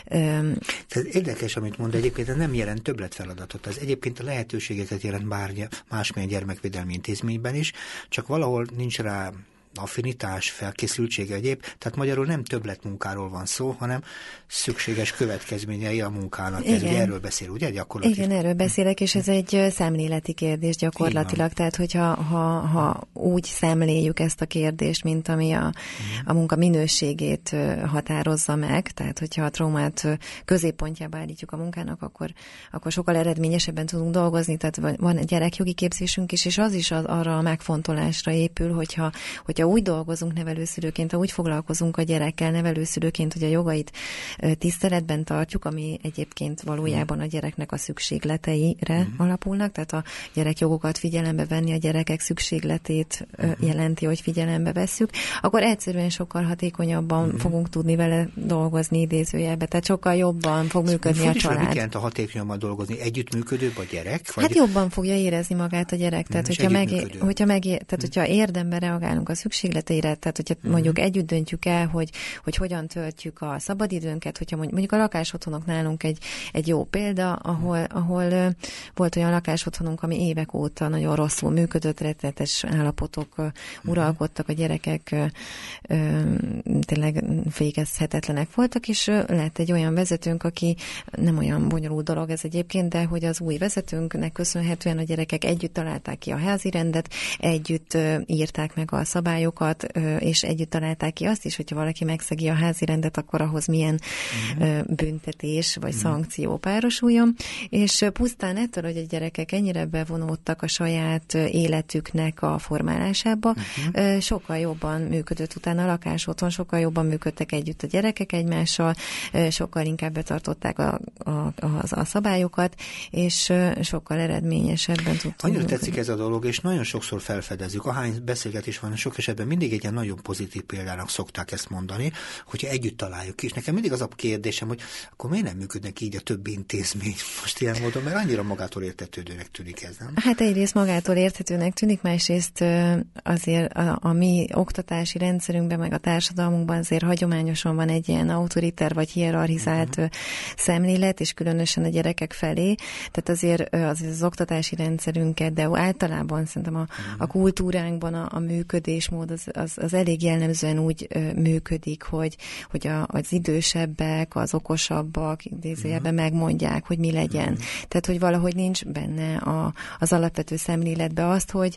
A: Ez érdekes, amit mond, egyébként ez nem jelent többletfeladatot, ez egyébként a lehetőségeket jelent másmilyen gyermekvédelmi intézményben is, csak valahol nincs rá affinitás, felkészültség egyéb, tehát magyarul nem többletmunkáról van szó, hanem szükséges következményei a munkának. Ez ugye erről beszél, ugye gyakorlatilag?
B: Igen, erről beszélek, és ez egy szemléleti kérdés gyakorlatilag, tehát hogyha úgy szemléljük ezt a kérdést, mint ami a munka minőségét határozza meg, tehát hogyha a traumát középpontjába állítjuk a munkának, akkor sokkal eredményesebben tudunk dolgozni, tehát van egy gyerekjogi képzésünk is, és az is arra a megfontolásra épül, hogyha úgy dolgozunk nevelőszülőként, ha úgy foglalkozunk a gyerekkel nevelőszülőként, hogy a jogait tiszteletben tartjuk, ami egyébként valójában a gyereknek a szükségleteire alapulnak, tehát a gyerekjogokat figyelembe venni, a gyerekek szükségletét jelenti, hogy figyelembe vesszük, akkor egyszerűen sokkal hatékonyabban fogunk tudni vele dolgozni idézőjelbe, tehát sokkal jobban fog működni a család. Mit
A: jelent a hatékonyabban dolgozni? Együttműködőbb a gyerek?
B: Vagy? Hát jobban fogja érezni magát a gyerek, tehát hogyha érdemben reagálunk a szükségleteire, tehát hogyha mondjuk együtt döntjük el, hogy hogyan töltjük a szabadidőnket, hogyha mondjuk a lakásotthonok nálunk egy jó példa, ahol volt olyan lakásotthonunk, ami évek óta nagyon rosszul működött, rettenetes állapotok uralkodtak, a gyerekek tényleg végezhetetlenek voltak, és lett egy olyan vezetőnk, aki nem olyan bonyolult dolog ez egyébként, de hogy az új vezetőnknek köszönhetően a gyerekek együtt találták ki a házi rendet, együtt írták meg a szabályokat, és együtt találták ki azt is, hogyha valaki megszegi a házi rendet, akkor ahhoz milyen büntetés vagy szankció párosuljon, és pusztán ettől, hogy a gyerekek ennyire bevonódtak a saját életüknek a formálásába, sokkal jobban működött utána a lakásotthon, sokkal jobban működtek együtt a gyerekek egymással, sokkal inkább betartották a szabályokat, és sokkal eredményesebben tudtunk.
A: Annyira tetszik ez a dolog, és nagyon sokszor felfedezzük, ahány beszélgetés van, sok esetben mindig egy ilyen nagyon pozitív példának szokták ezt mondani, hogyha együtt találjuk ki. És nekem mindig az a kérdésem, hogy akkor miért nem működnek így a többi intézmény most ilyen módon, mert annyira magától értetődőnek tűnik ez, nem?
B: Hát egyrészt magától értetőnek tűnik, másrészt azért a mi oktatási rendszerünkben, meg a társadalmunkban azért hagyományosan van egy ilyen autoriter vagy hierarchizált szemlélet, és különösen a gyerekek felé. Tehát azért az oktatási rendszerünket, de általában szerintem a kultúránkban a működésmód az elég jellemzően úgy működik, hogy az idősebbek, az okosabbak idézőjelben megmondják, hogy mi legyen. Tehát, hogy valahogy nincs benne az alapvető szemléletbe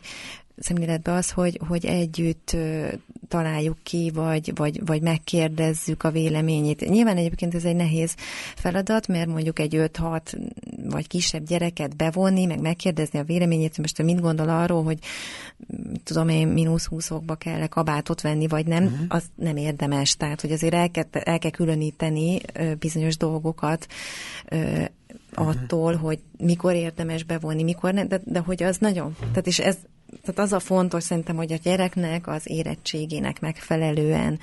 B: az, hogy együtt találjuk ki, vagy megkérdezzük a véleményét. Nyilván egyébként ez egy nehéz feladat, mert mondjuk egy 5-6 vagy kisebb gyereket bevonni, meg megkérdezni a véleményét, most ő mit gondol arról, hogy tudom én, -20-okba kell kabátot venni, vagy nem, az nem érdemes. Tehát, hogy azért el kell különíteni bizonyos dolgokat attól, hogy mikor érdemes bevonni, mikor nem, de hogy az nagyon, tehát az a fontos szerintem, hogy a gyereknek az érettségének megfelelően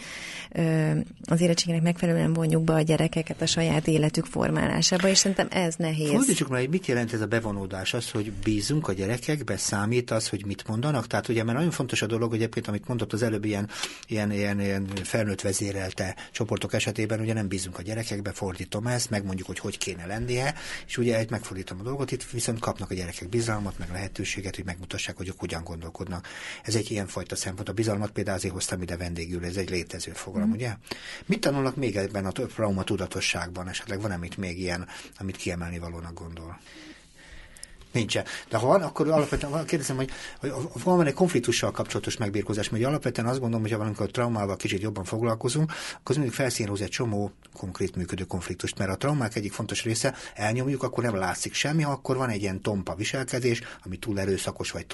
B: vonjuk be a gyerekeket a saját életük formálásába, és szerintem ez nehéz.
A: Fordítsuk már, hogy mit jelent ez a bevonódás? Az, hogy bízunk a gyerekekbe, számít az, hogy mit mondanak? Tehát ugye, mert nagyon fontos a dolog, hogy egyébként, amit mondott az előbb, ilyen felnőtt vezérelte csoportok esetében, ugye nem bízunk a gyerekekbe, fordítom ezt, megmondjuk, hogy kéne lennie, és ugye megfordítom a dolgot, itt viszont kapnak a gyerekek bizalmat, meg lehetőséget, hogy megmutassák, hogy hogyan gondolkodnak. Ez egy ilyenfajta szempont. A bizalmat például azért hoztam ide vendégül, ez egy létező fogalom, ugye? Mit tanulnak még ebben a traumatudatosságban? Esetleg van amit még ilyen, amit kiemelni valónak gondol? Nincsen. De ha van, akkor alapvetően kérdezem, hogy van egy konfliktussal kapcsolatos megbirkózás, mert amikor azt gondolom, hogy ha valamikor traumával kicsit jobban foglalkozunk, akkor mindig felszínre hoz egy csomó konkrét működő konfliktust, mert a traumák egyik fontos része, elnyomjuk, akkor nem látszik semmi, akkor van egy ilyen tompa viselkedés, ami túl erőszakos, vagy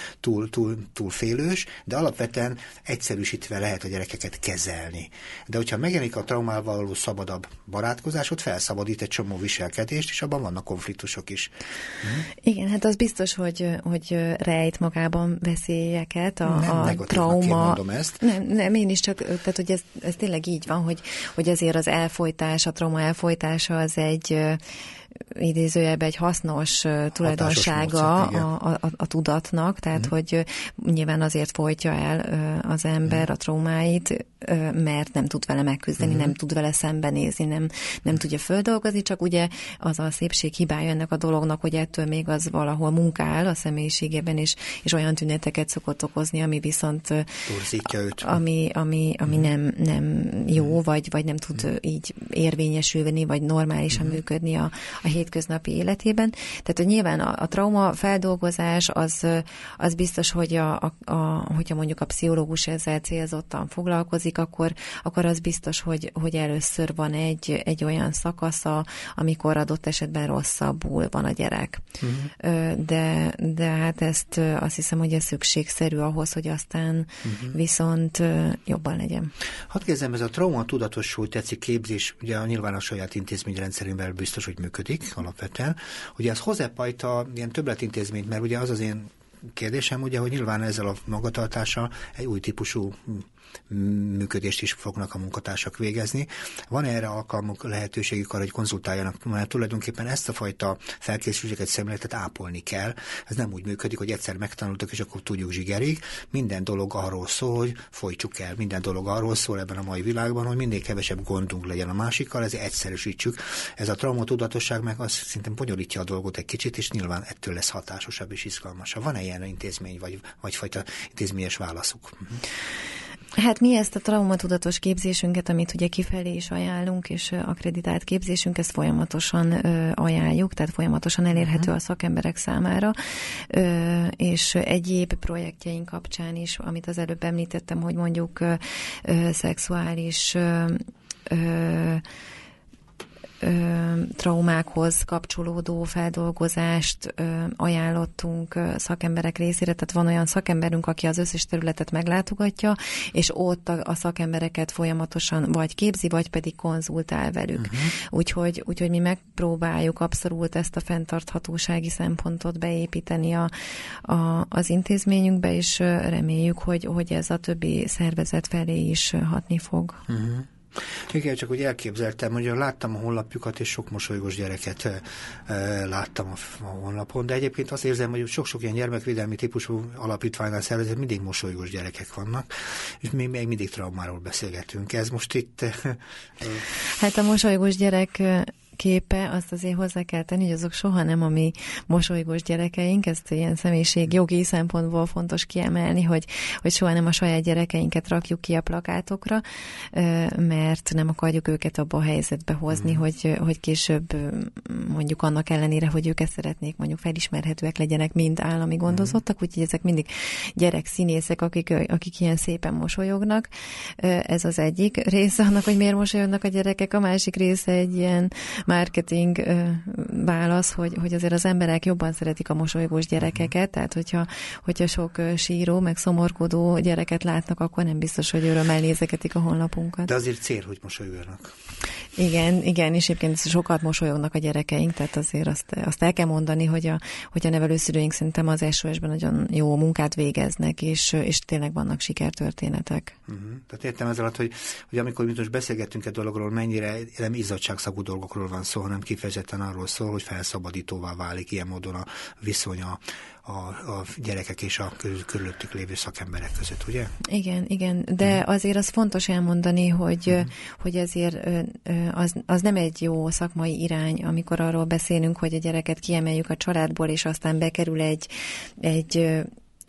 A: túl félős, de alapvetően egyszerűsítve lehet a gyerekeket kezelni. De hogyha megjelenik a traumával való szabadabb barátkozás, ott felszabadít egy csomó viselkedést, és abban vannak konfliktusok is.
B: Igen, hát az biztos, hogy rejt magában veszélyeket a trauma.
A: Mondom ezt.
B: Nem, én is csak, tehát hogy ez tényleg így van, hogy azért az elfojtás, a trauma elfojtása az egy idézőjelben egy hasznos tulajdonsága a tudatnak, tehát hogy nyilván azért folytja el az ember a traumáit, mert nem tud vele megküzdeni, nem tud vele szembenézni, nem tudja földolgozni, csak ugye az a szépség hibája ennek a dolognak, hogy ettől még az valahol munkál a személyiségében, és olyan tüneteket szokott okozni, ami viszont
A: torzítja őt.
B: Ami nem jó, vagy nem tud így érvényesülni, vagy normálisan működni a hétköznapi életében. Tehát, hogy nyilván a trauma feldolgozás az biztos, hogy hogyha mondjuk a pszichológus ezzel célzottan foglalkozik, akkor az biztos, hogy először van egy olyan szakasza, amikor adott esetben rosszabbul van a gyerek. De hát ezt azt hiszem, hogy ez szükségszerű ahhoz, hogy aztán viszont jobban legyen.
A: Hadd kezdem, ez a trauma tudatosul tetszik képzés, ugye nyilván a saját intézményrendszerünkben biztos, hogy működik alapvetően. Ugye ez hozzá ilyen többletintézményt, mert ugye az én kérdésem, ugye, hogy nyilván ezzel a magatartással egy új típusú működést is fognak a munkatársak végezni. Van erre alkalmuk, lehetőségük arra, hogy konzultáljanak, mert tulajdonképpen ezt a fajta felkészültséget, szemléletet ápolni kell. Ez nem úgy működik, hogy egyszer megtanultak, és akkor tudjuk zsigerig. Minden dolog arról szól, hogy folytsuk el. Minden dolog arról szól ebben a mai világban, hogy minél kevesebb gondunk legyen a másikkal, ezért egyszerűsítsük. Ez a traumatudatosság meg az szintén bonyolítja a dolgot egy kicsit, és nyilván ettől lesz hatásosabb és izgalmasabb. Van-e ilyen intézmény, vagy fajta intézményes válaszuk?
B: Hát mi ezt a traumatudatos képzésünket, amit ugye kifelé is ajánlunk, és akkreditált képzésünk, ezt folyamatosan ajánljuk, tehát folyamatosan elérhető a szakemberek számára, és egyéb projektjeink kapcsán is, amit az előbb említettem, hogy mondjuk szexuális traumákhoz kapcsolódó feldolgozást ajánlottunk szakemberek részére, tehát van olyan szakemberünk, aki az összes területet meglátogatja, és ott a szakembereket folyamatosan vagy képzi, vagy pedig konzultál velük. Úgyhogy mi megpróbáljuk abszolút ezt a fenntarthatósági szempontot beépíteni az intézményünkbe, és reméljük, hogy ez a többi szervezet felé is hatni fog.
A: Igen, csak úgy elképzeltem, hogy láttam a honlapjukat, és sok mosolygós gyereket láttam a honlapon, de egyébként azt érzem, hogy sok-sok ilyen gyermekvédelmi típusú alapítványnál szervezet mindig mosolygós gyerekek vannak, és mi még mindig traumáról beszélgetünk. Ez most itt...
B: Hát a mosolygós gyerek képe, azt azért hozzá kell tenni, hogy azok soha nem a mi mosolygós gyerekeink, ezt ilyen személyiség jogi szempontból fontos kiemelni, hogy soha nem a saját gyerekeinket rakjuk ki a plakátokra, mert nem akarjuk őket abba a helyzetbe hozni, hogy később mondjuk annak ellenére, hogy őket szeretnék mondjuk felismerhetőek legyenek, mint állami gondozottak, úgyhogy ezek mindig gyerekszínészek, akik ilyen szépen mosolyognak. Ez az egyik része annak, hogy miért mosolyognak a gyerekek, a másik része egy ilyen marketing válasz, hogy azért az emberek jobban szeretik a mosolygós gyerekeket, tehát hogyha sok síró, meg szomorkodó gyereket látnak, akkor nem biztos, hogy örömmel nézegetik a honlapunkat.
A: De azért cél, hogy mosolyogjanak.
B: Igen, és egyébként sokat mosolyognak a gyerekeink, tehát azért azt el kell mondani, hogy a nevelőszülőink szerintem az SOS-ben nagyon jó munkát végeznek, és tényleg vannak sikertörténetek.
A: Tehát értem ezzel alatt, hogy amikor mi most beszélgettünk egy dologról, mennyire nem izzadságszagú dolgokról van szó, hanem kifejezetten arról szól, hogy felszabadítóvá válik ilyen módon a viszony a gyerekek és a körülöttük lévő szakemberek között, ugye?
B: Igen, de azért az fontos elmondani, hogy azért az nem egy jó szakmai irány, amikor arról beszélünk, hogy a gyereket kiemeljük a családból, és aztán bekerül egy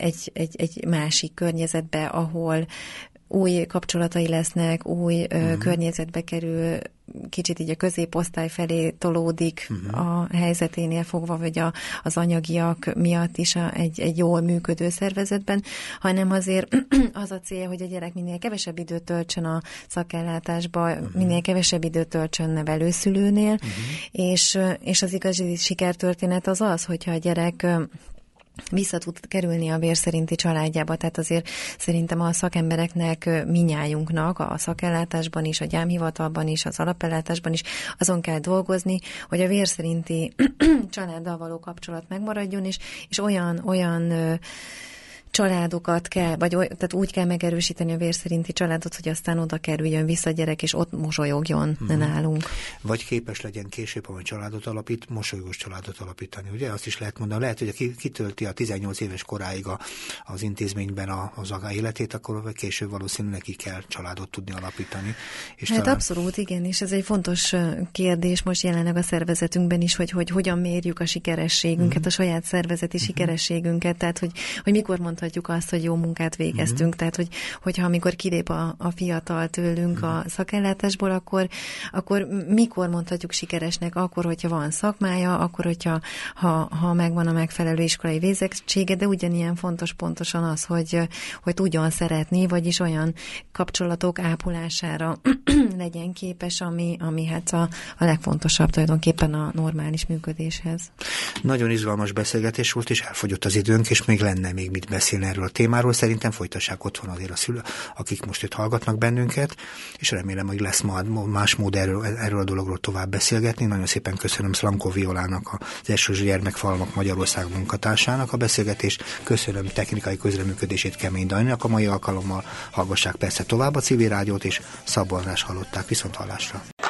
B: másik környezetbe, ahol új kapcsolatai lesznek, új környezetbe kerül, kicsit így a középosztály felé tolódik a helyzeténél fogva, vagy az anyagiak miatt is egy jól működő szervezetben, hanem azért az a cél, hogy a gyerek minél kevesebb időt töltsön a szakellátásba, minél kevesebb időt töltsön nevelőszülőnél, és az igazi sikertörténet az, hogyha a gyerek vissza tud kerülni a vérszerinti családjába, tehát azért szerintem a szakembereknek, minnyájunknak, a szakellátásban is, a gyámhivatalban is, az alapellátásban is azon kell dolgozni, hogy a vérszerinti családdal való kapcsolat megmaradjon, és olyan családokat kell, tehát úgy kell megerősíteni a vérszerinti családot, hogy aztán oda kerüljön vissza a gyerek, és ott mosolyogjon nálunk.
A: Vagy képes legyen később, ha családot alapít, mosolygós családot alapítani. Ugye azt is lehet mondani. Lehet, hogy aki kitölti a 18 éves koráig az intézményben az életét, akkor később valószínűleg neki kell családot tudni alapítani. És
B: hát abszolút, igen, és ez egy fontos kérdés most jelenleg a szervezetünkben is, hogy hogyan mérjük a sikerességünket, a saját szervezeti sikerességünket, tehát hogy mikor mondhatjuk azt, hogy jó munkát végeztünk, tehát hogyha amikor kilép a fiatal tőlünk a szakellátásból, akkor mikor mondhatjuk sikeresnek? Akkor, hogyha van szakmája, akkor, hogyha megvan a megfelelő iskolai végzettsége, de ugyanilyen fontos pontosan az, hogy tudjon szeretni, vagyis olyan kapcsolatok ápolására legyen képes, ami hát a legfontosabb tulajdonképpen a normális működéshez.
A: Nagyon izgalmas beszélgetés volt, és elfogyott az időnk, és még lenne még mit beszélni erről a témáról. Szerintem folytassák otthon azért a szülők, akik most itt hallgatnak bennünket, és remélem, hogy lesz más mód erről a dologról tovább beszélgetni. Nagyon szépen köszönöm Szlamko Violának, az SOS Gyermekfalvak Magyarország munkatársának a beszélgetést. Köszönöm technikai közreműködését Kemény Daninak a mai alkalommal. Hallgassák persze tovább a Civil Rádiót, és Szabó András hallották. Viszonthallásra.